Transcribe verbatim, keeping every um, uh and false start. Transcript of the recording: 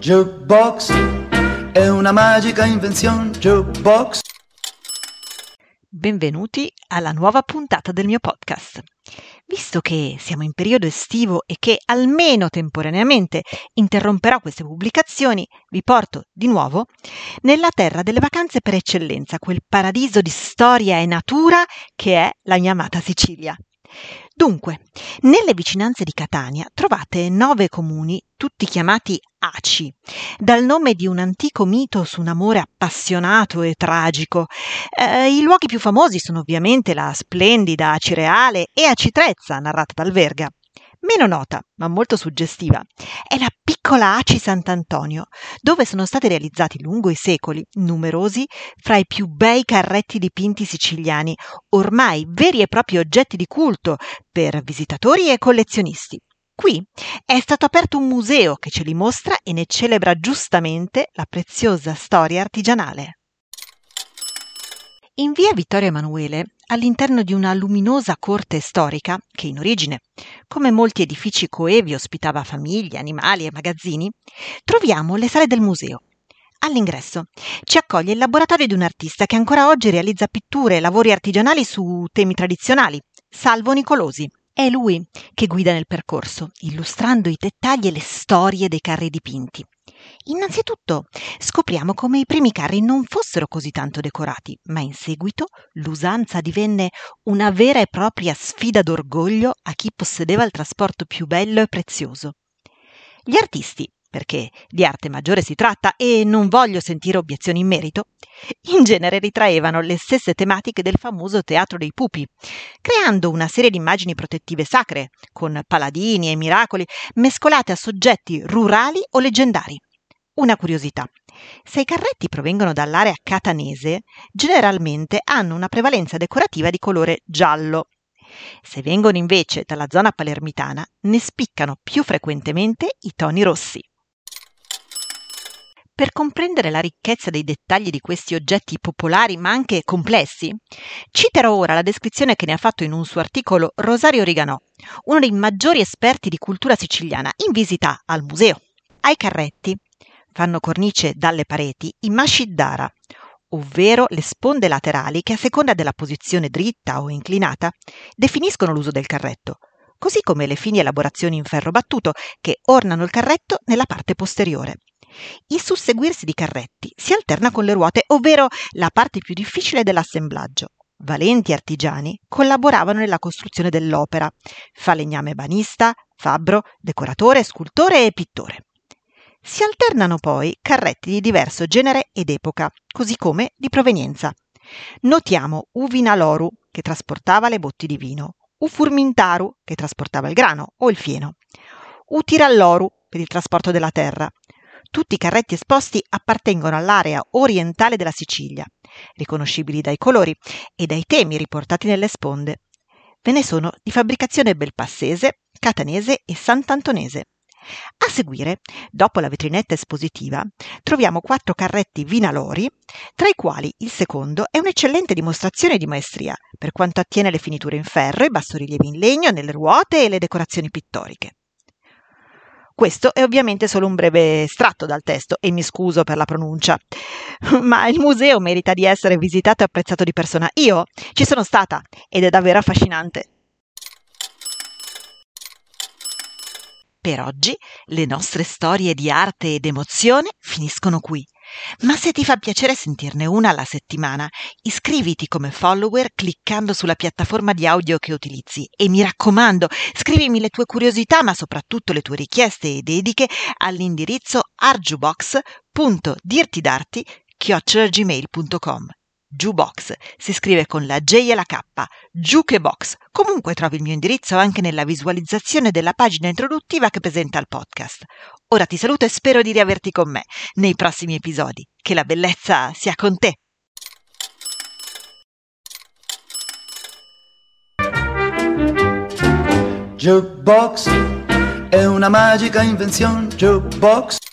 Jukebox è una magica invenzione. Jukebox. Benvenuti alla nuova puntata del mio podcast. Visto che siamo in periodo estivo e che almeno temporaneamente interromperò queste pubblicazioni, vi porto di nuovo nella terra delle vacanze per eccellenza, quel paradiso di storia e natura che è la mia amata Sicilia. Dunque, nelle vicinanze di Catania trovate nove comuni, tutti chiamati Aci, dal nome di un antico mito su un amore appassionato e tragico. Eh, I luoghi più famosi sono ovviamente la splendida Aci Reale e Aci Trezza, narrata dal Verga. Meno nota, ma molto suggestiva, è la piccola Aci Sant'Antonio, dove sono stati realizzati lungo i secoli numerosi fra i più bei carretti dipinti siciliani, ormai veri e propri oggetti di culto per visitatori e collezionisti. Qui è stato aperto un museo che ce li mostra e ne celebra giustamente la preziosa storia artigianale. In via Vittorio Emanuele, all'interno di una luminosa corte storica, che in origine, come molti edifici coevi, ospitava famiglie, animali e magazzini, troviamo le sale del museo. All'ingresso ci accoglie il laboratorio di un artista che ancora oggi realizza pitture e lavori artigianali su temi tradizionali, Salvo Nicolosi. È lui che guida nel percorso, illustrando i dettagli e le storie dei carri dipinti. Innanzitutto scopriamo come i primi carri non fossero così tanto decorati, ma in seguito l'usanza divenne una vera e propria sfida d'orgoglio a chi possedeva il trasporto più bello e prezioso. Gli artisti, perché di arte maggiore si tratta e non voglio sentire obiezioni in merito, in genere ritraevano le stesse tematiche del famoso Teatro dei Pupi, creando una serie di immagini protettive sacre, con paladini e miracoli, mescolate a soggetti rurali o leggendari. Una curiosità: se i carretti provengono dall'area catanese, generalmente hanno una prevalenza decorativa di colore giallo. Se vengono invece dalla zona palermitana, ne spiccano più frequentemente i toni rossi. Per comprendere la ricchezza dei dettagli di questi oggetti popolari ma anche complessi, citerò ora la descrizione che ne ha fatto in un suo articolo Rosario Riganò, uno dei maggiori esperti di cultura siciliana, in visita al museo. Ai carretti fanno cornice dalle pareti i masciddara, ovvero le sponde laterali che a seconda della posizione dritta o inclinata definiscono l'uso del carretto, così come le fini elaborazioni in ferro battuto che ornano il carretto nella parte posteriore. Il susseguirsi di carretti si alterna con le ruote, ovvero la parte più difficile dell'assemblaggio. Valenti artigiani collaboravano nella costruzione dell'opera: falegname banista, fabbro, decoratore, scultore e pittore. Si alternano poi carretti di diverso genere ed epoca, così come di provenienza. Notiamo Uvinaloru, che trasportava le botti di vino, Ufurmintaru, che trasportava il grano o il fieno, Utiralloru, per il trasporto della terra. Tutti i carretti esposti appartengono all'area orientale della Sicilia, riconoscibili dai colori e dai temi riportati nelle sponde. Ve ne sono di fabbricazione belpassese, catanese e sant'antonese. A seguire, dopo la vetrinetta espositiva, troviamo quattro carretti vinalori, tra i quali il secondo è un'eccellente dimostrazione di maestria per quanto attiene le finiture in ferro, i bassorilievi in legno, nelle ruote e le decorazioni pittoriche. Questo è ovviamente solo un breve estratto dal testo e mi scuso per la pronuncia, ma il museo merita di essere visitato e apprezzato di persona. Io ci sono stata ed è davvero affascinante. Per oggi le nostre storie di arte ed emozione finiscono qui. Ma se ti fa piacere sentirne una alla settimana, iscriviti come follower cliccando sulla piattaforma di audio che utilizzi e mi raccomando, scrivimi le tue curiosità ma soprattutto le tue richieste e dediche all'indirizzo arjubox punto dirtidarti chiocciola gmail punto com. Jukebox si scrive con la J e la K, Jukebox. Comunque trovi il mio indirizzo anche nella visualizzazione della pagina introduttiva che presenta il podcast. Ora ti saluto e spero di riaverti con me nei prossimi episodi. Che la bellezza sia con te! Jukebox è una magica invenzione. Jukebox.